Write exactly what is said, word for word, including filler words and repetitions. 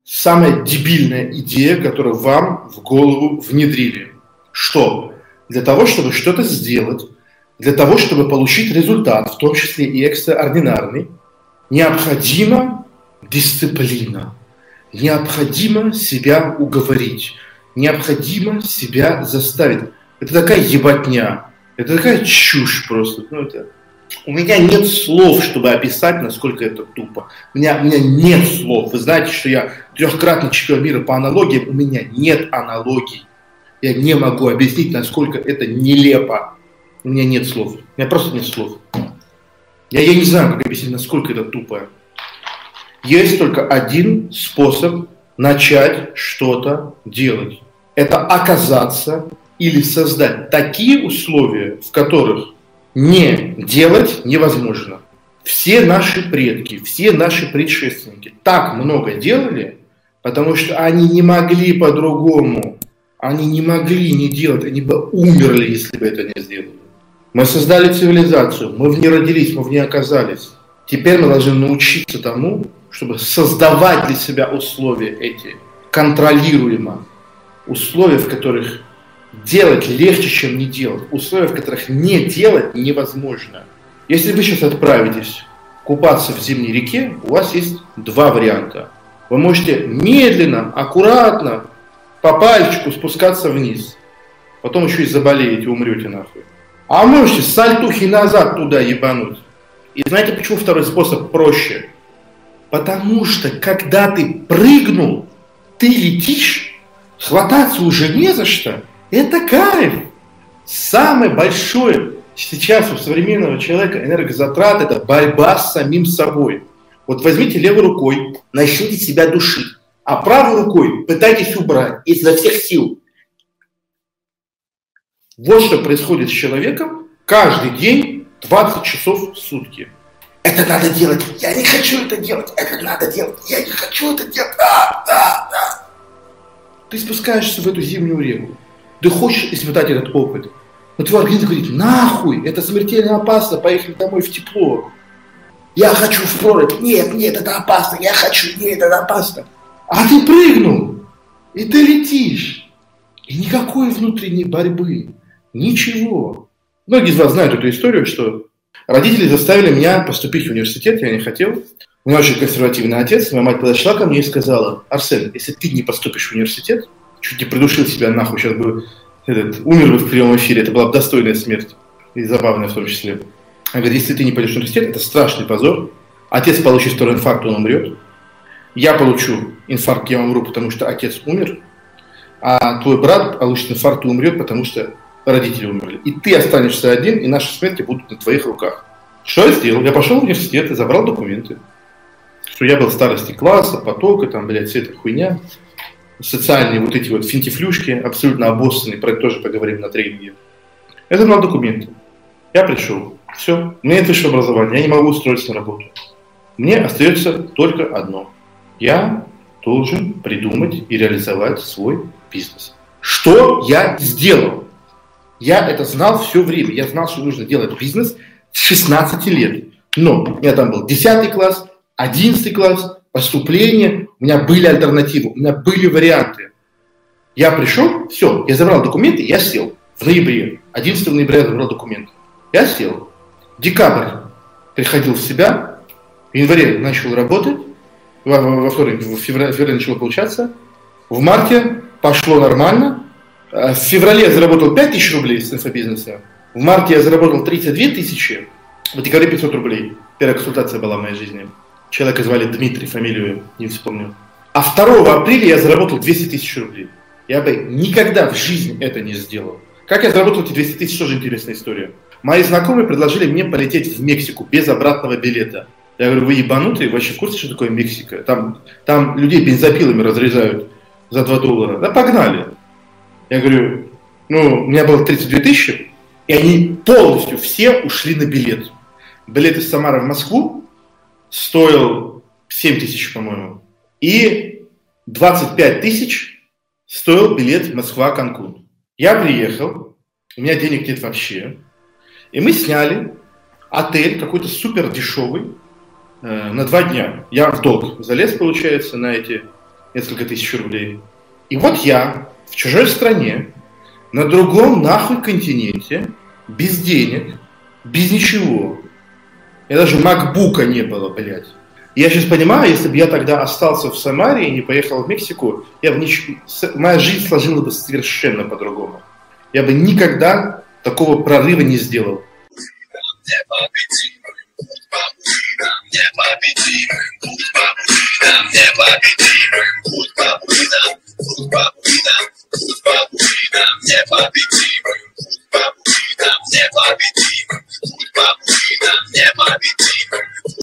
самая дебильная идея, которую вам в голову внедрили. Что? Для того, чтобы что-то сделать, для того, чтобы получить результат, в том числе и экстраординарный, необходима дисциплина. Необходимо себя уговорить. Необходимо себя заставить. Это такая ебатня. Это такая чушь просто. Ну, это... У меня нет слов, чтобы описать, насколько это тупо. У меня, у меня нет слов. Вы знаете, что я трехкратный чемпион мира по аналогиям. У меня нет аналогий. Я не могу объяснить, насколько это нелепо. У меня нет слов. У меня просто нет слов. Я, я не знаю, как объяснить, насколько это тупо. Есть только один способ начать что-то делать. Это оказаться или создать такие условия, в которых не делать невозможно. Все наши предки, все наши предшественники так много делали, потому что они не могли по-другому. Они не могли не делать, они бы умерли, если бы это не сделали. Мы создали цивилизацию, мы в ней родились, мы в ней оказались. Теперь мы должны научиться тому, чтобы создавать для себя условия эти, контролируемо. Условия, в которых делать легче, чем не делать. Условия, в которых не делать невозможно. Если вы сейчас отправитесь купаться в зимней реке, у вас есть два варианта. Вы можете медленно, аккуратно, по пальчику спускаться вниз. Потом еще и заболеете, умрете нахуй. А можете с сальтухи назад туда ебануть. И знаете, почему второй способ проще? Потому что, когда ты прыгнул, ты летишь, хвататься уже не за что. Это кайф. Самое большое сейчас у современного человека энергозатрат – это борьба с самим собой. Вот возьмите левой рукой, начните себя душить, а правой рукой пытайтесь убрать изо всех сил. Вот что происходит с человеком каждый день двадцать часов в сутки. Это надо делать. Я не хочу это делать. Это надо делать. Я не хочу это делать. А, а, а. Ты спускаешься в эту зимнюю реку. Ты хочешь испытать этот опыт. Но твой организм говорит, нахуй, это смертельно опасно, поехали домой в тепло. Я хочу в прорубь. Нет, нет, это опасно. Я хочу. Нет, это опасно. А ты прыгнул. И ты летишь. И никакой внутренней борьбы. Ничего. Многие из вас знают эту историю, что родители заставили меня поступить в университет, я не хотел. У меня очень консервативный отец. Моя мать подошла ко мне и сказала, Арсен, если ты не поступишь в университет, чуть не придушил себя нахуй, сейчас бы этот, умер бы в прямом эфире, это была бы достойная смерть. И забавная в том числе. Она говорит, если ты не пойдешь в университет, это страшный позор. Отец получит второй инфаркт, он умрет. Я получу инфаркт, я умру, потому что отец умер. А твой брат получит инфаркт и умрет, потому что родители умерли. И ты останешься один, и наши смерти будут на твоих руках. Что я сделал? Я пошел в университет и забрал документы. Что я был в старости класса, потока, там, блядь, вся эта хуйня. Социальные вот эти вот финтифлюшки, абсолютно обоссанные, про это тоже поговорим на тренинге. Я забрал документы. Я пришел. Все. У меня нет высшего образования, я не могу устроиться на работу. Мне остается только одно. Я должен придумать и реализовать свой бизнес. Что я сделал? Я это знал все время. Я знал, что нужно делать бизнес с шестнадцати лет. Но у меня там был десятый класс, одиннадцатый класс, поступление. У меня были альтернативы, у меня были варианты. Я пришел, все, я забрал документы, я сел. В ноябре, одиннадцатого ноября я забрал документы. Я сел. Декабрь приходил в себя. В январе начал работать. Во, во вторник, в феврале, в феврале начало получаться. В марте пошло нормально. В феврале я заработал пять тысяч рублей с инфобизнеса. В марте я заработал тридцать две тысячи. В декабре пятьсот рублей. Первая консультация была в моей жизни. Человека звали Дмитрий, фамилию не вспомню. А второго апреля я заработал двести тысяч рублей. Я бы никогда в жизни это не сделал. Как я заработал эти двести тысяч, тоже интересная история. Мои знакомые предложили мне полететь в Мексику без обратного билета. Я говорю, вы ебанутые, вообще в курсе, что такое Мексика? Там, там людей бензопилами разрезают за два доллара. Да погнали. Я говорю, ну, у меня было тридцать две тысячи, и они полностью все ушли на билет. Билет из Самары в Москву стоил семь тысяч, по-моему. И двадцать пять тысяч стоил билет Москва-Канкун. Я приехал, у меня денег нет вообще. И мы сняли отель какой-то супер дешевый э, на два дня. Я в долг залез, получается, на эти несколько тысяч рублей. И вот я в чужой стране, на другом нахуй континенте, без денег, без ничего. И даже макбука не было, блядь. Я сейчас понимаю, если бы я тогда остался в Самаре и не поехал в Мексику, я бы нич... моя жизнь сложилась бы совершенно по-другому. Я бы никогда такого прорыва не сделал. Непобедимым, будь победам, будь победам, будь победам, непобедимым.